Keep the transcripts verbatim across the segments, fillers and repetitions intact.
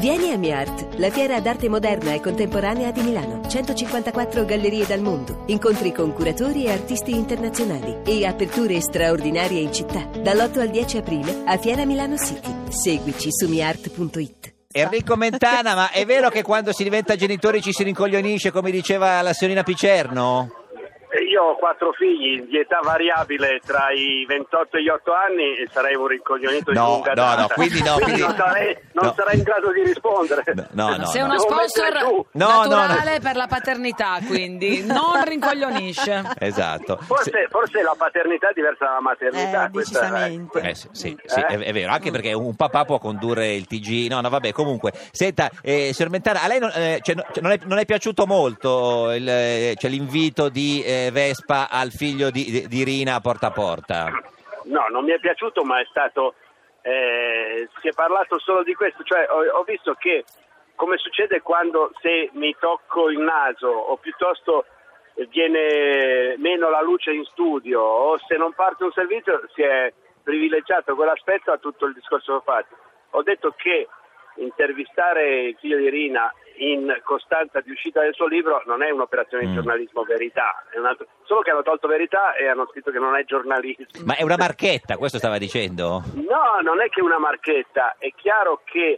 Vieni a MiArt, la fiera d'arte moderna e contemporanea di Milano. centocinquantaquattro gallerie dal mondo, incontri con curatori e artisti internazionali e aperture straordinarie in città. Dall'otto al dieci aprile a Fiera Milano City. Seguici su miart punto it. Enrico Mentana, ma è vero che quando si diventa genitori ci si rincoglionisce, come diceva la signorina Picerno? Io ho quattro figli di età variabile tra i ventotto e gli otto anni e sarei un rincoglionito di No, lunga no, data. no, quindi no, quindi- non, sarei, non no. sarei in grado di rispondere. No, no, no. Sei no. uno Devo sponsor mettere giù. No, naturale no, no. per la paternità, quindi non rincoglionisce. Esatto. Forse, forse la paternità è diversa dalla maternità. Eh, questa è- decisamente. Eh, sì, sì, sì, è, è vero, anche perché un papà può condurre il T G. No, no, vabbè, comunque. Senta, eh, signor Mentana, a lei non, eh, cioè, no- cioè, non, è, non è piaciuto molto il, eh, cioè, l'invito di eh, Vespa al figlio di, di, di Rina a Porta a Porta? No, non mi è piaciuto, ma è stato... Eh, si è parlato solo di questo, cioè ho, ho visto che, come succede quando se mi tocco il naso o piuttosto viene meno la luce in studio o se non parte un servizio, si è privilegiato quell'aspetto a tutto il discorso che ho fatto. Ho detto che intervistare il figlio di Rina in costanza di uscita del suo libro non è un'operazione di Mm. giornalismo verità, è un altro... solo che hanno tolto verità e hanno scritto che non è giornalismo. Ma è una marchetta, questo stava dicendo? No, non è che una marchetta, è chiaro che,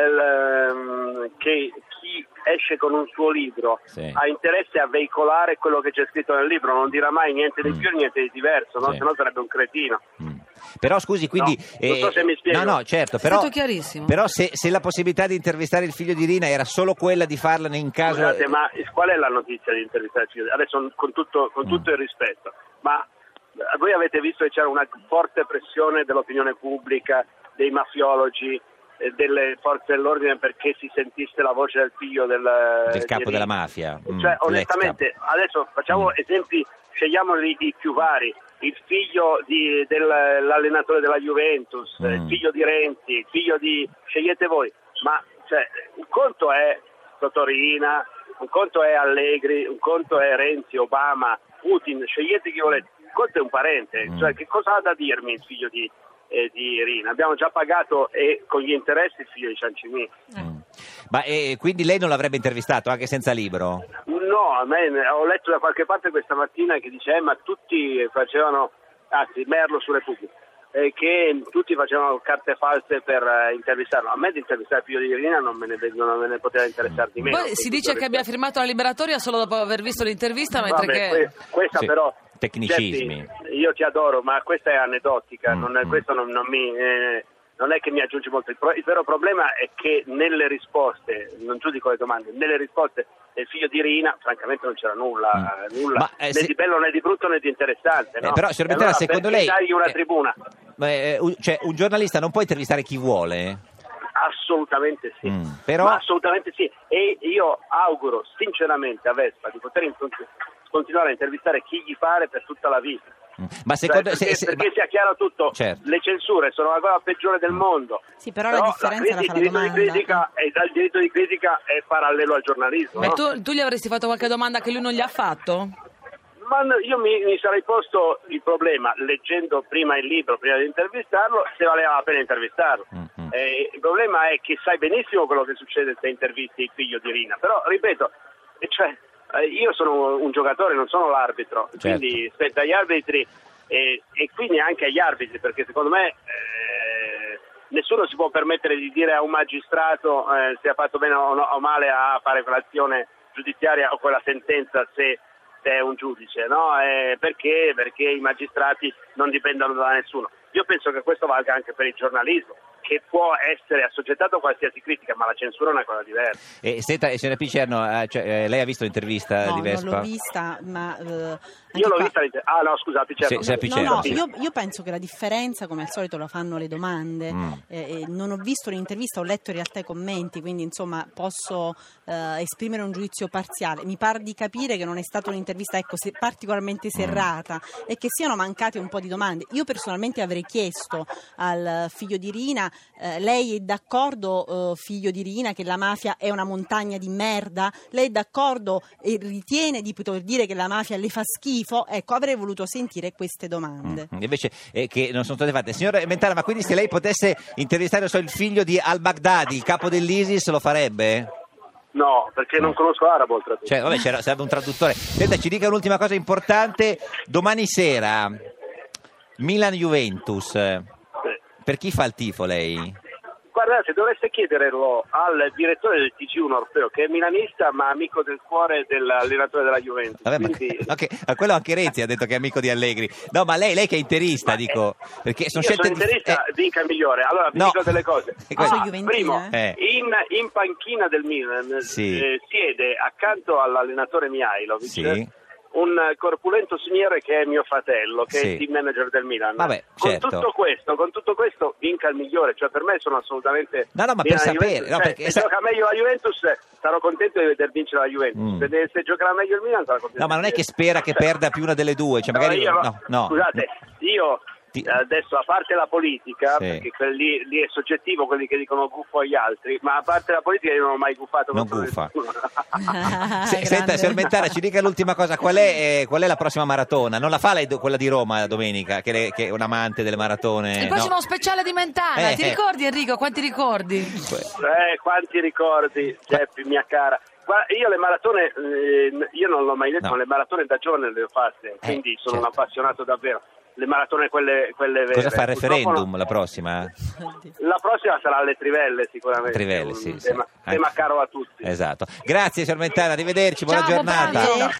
ehm, che chi esce con un suo libro Sì. ha interesse a veicolare quello che c'è scritto nel libro, non dirà mai niente di Mm. più e niente di diverso, no? Sì. Se no sarebbe un cretino. Mm. Però scusi, quindi... No, non so se mi spiego. No, no, certo, È però... stato chiarissimo. Però se, se la possibilità di intervistare il figlio di Rina era solo quella di farla in caso... Scusate, ma qual è la notizia di intervistare il figlio di Rina? Adesso con tutto, con tutto il rispetto, ma voi avete visto che c'era una forte pressione dell'opinione pubblica, dei mafiologi, eh, delle forze dell'ordine perché si sentisse la voce del figlio del, Del di capo Rina. della mafia. Mm, Cioè, l'ex onestamente, adesso facciamo Mm. esempi, scegliamoli di più vari. Il figlio di, dell'allenatore della Juventus, Mm. il figlio di Renzi, il figlio di... scegliete voi. Ma cioè, un conto è Totorina, un conto è Allegri, un conto è Renzi, Obama, Putin, scegliete chi volete. Un conto è un parente. Mm. Cioè, che cosa ha da dirmi il figlio di, eh, di Rina? Abbiamo già pagato e con gli interessi il figlio di Ciancimì. Mm. Ma eh, quindi lei non l'avrebbe intervistato anche senza libro? No, a me, ho letto da qualche parte questa mattina che dice eh, ma tutti facevano, anzi Merlo su Repubblica, eh, che tutti facevano carte false per eh, intervistarlo. A me di intervistare il figlio di Rina non me ne, non me ne poteva interessare di meno. Poi si dice che abbia firmato la liberatoria solo dopo aver visto l'intervista, mentre Vabbè, che... que- questa Sì, però tecnicismi. Geppi, io ti adoro, ma questa è aneddotica, Mm, non è, mm. questo non, non mi eh, non è che mi aggiunge molto. Il, pro- il vero problema è che nelle risposte, non giudico le domande, nelle risposte del figlio di Rina, francamente non c'era nulla, Mm. nulla Ma, eh, né se- di bello né di brutto né di interessante. Eh, No? però, signor E Mentana, allora, secondo perché lei- dargli una eh, tribuna? Ma, eh, un- cioè, un giornalista non può intervistare chi vuole? Assolutamente sì, Mm, però- ma assolutamente sì. E io auguro sinceramente a Vespa di poter in- continuare a intervistare chi gli pare per tutta la vita. Mm. Ma secondo Cioè, perché, se- se- perché ma- sia chiaro tutto, Certo. le censure sono la cosa peggiore del mondo. Sì, però la differenza la crisi- fa la il diritto di domanda. critica e il diritto di critica è parallelo al giornalismo. Ma no? tu, tu gli avresti fatto qualche domanda che lui non gli ha fatto? Ma no, io mi, mi sarei posto il problema, leggendo prima il libro, prima di intervistarlo, se valeva la pena intervistarlo. Mm-hmm. Eh, il problema è che sai benissimo quello che succede se intervisti il figlio di Rina, però ripeto, eh, cioè, eh, io sono un giocatore, non sono l'arbitro, Certo. quindi spetta agli arbitri eh, e quindi anche agli arbitri, perché secondo me eh, nessuno si può permettere di dire a un magistrato eh, se ha fatto bene o, no, o male a fare quell'azione giudiziaria o quella sentenza se se è un giudice, no? Eh, perché? Perché i magistrati non dipendono da nessuno. Io penso che questo valga anche per il giornalismo, che può essere assoggettato a qualsiasi critica, ma la censura è una cosa diversa. Eh, senta, signora Picerno, eh, cioè, eh, lei ha visto l'intervista No, di Vespa? non l'ho vista, ma... eh, Io anche l'ho qua- vista l'inter- Ah no, scusa, Picerno. Sì, sì, Picerno, No, no, sì. io, io penso che la differenza, come al solito, la fanno le domande. Mm. Eh, eh, non ho visto l'intervista, ho letto in realtà i commenti, quindi insomma posso eh, esprimere un giudizio parziale. Mi pare di capire che non è stata un'intervista ecco, se- particolarmente serrata e che siano mancate un po' di domande. Io personalmente avrei chiesto al figlio di Rina eh, lei è d'accordo, eh, figlio di Rina, che la mafia è una montagna di merda? Lei è d'accordo e ritiene di poter dire che la mafia le fa schifo? Ecco, avrei voluto sentire queste domande. Mm. Invece eh, che non sono state fatte. Signora Mentana, ma quindi se lei potesse intervistare so, il figlio di al-Baghdadi, il capo dell'ISIS, lo farebbe? No, perché non conosco arabo oltretutto. Cioè, vabbè, c'era, serve un traduttore. Senta, ci dica un'ultima cosa importante. Domani sera Milan-Juventus. Sì. Per chi fa il tifo lei? Guardate, dovreste chiederlo al direttore del T G uno Orfeo, che è milanista ma amico del cuore dell'allenatore della Juventus. Vabbè, Quindi... ma, okay, a quello anche Renzi ha detto che è amico di Allegri. No, ma lei, lei che è interista, ma dico, è... perché sono Io scelte sono interista, eh... vinca il migliore. Allora vi no. dico delle cose. Ah, ah, primo, eh. in, in panchina del Milan sì. eh, siede accanto all'allenatore Mihajlovic sì. un corpulento signore che è mio fratello, che sì. è il team manager del Milan. Vabbè, con certo. tutto questo, con tutto questo vinca il migliore, cioè per me sono assolutamente no, no, ma per sapere, Juventus, no, cioè, perché se sa... gioca meglio la Juventus sarò contento di veder vincere la Juventus. Mm. Se, se giocherà meglio il Milan sarò contento. No, ma non è che spera che perda più una delle due, cioè magari no, io, no, no. Scusate, io Ti... adesso a parte la politica, sì. perché quelli, lì è soggettivo quelli che dicono guffo agli altri, ma a parte la politica io non ho mai guffato. Non guffa. Ah, Se, senta, signor Mentana, ci dica l'ultima cosa, qual è, eh, qual è la prossima maratona? Non la fa lei quella di Roma domenica, che, le, che è un amante delle maratone? Il prossimo no? speciale di Mentana, Eh, ti eh. ricordi Enrico? Quanti ricordi? Eh, quanti ricordi, Geppi, mia cara. Guarda, io le maratone, eh, io non l'ho mai detto, No. ma le maratone da giovane le ho fatte, quindi Eh, sono certo. un appassionato davvero. Le maratone quelle, quelle vere. Cosa fa il referendum Purtroppo no. la prossima? La prossima sarà alle Trivelle sicuramente. Trivelle, un sì, sì. tema, tema caro a tutti. Esatto. Grazie signor Mentana, arrivederci, buona Ciao, buon giornata. pranzo.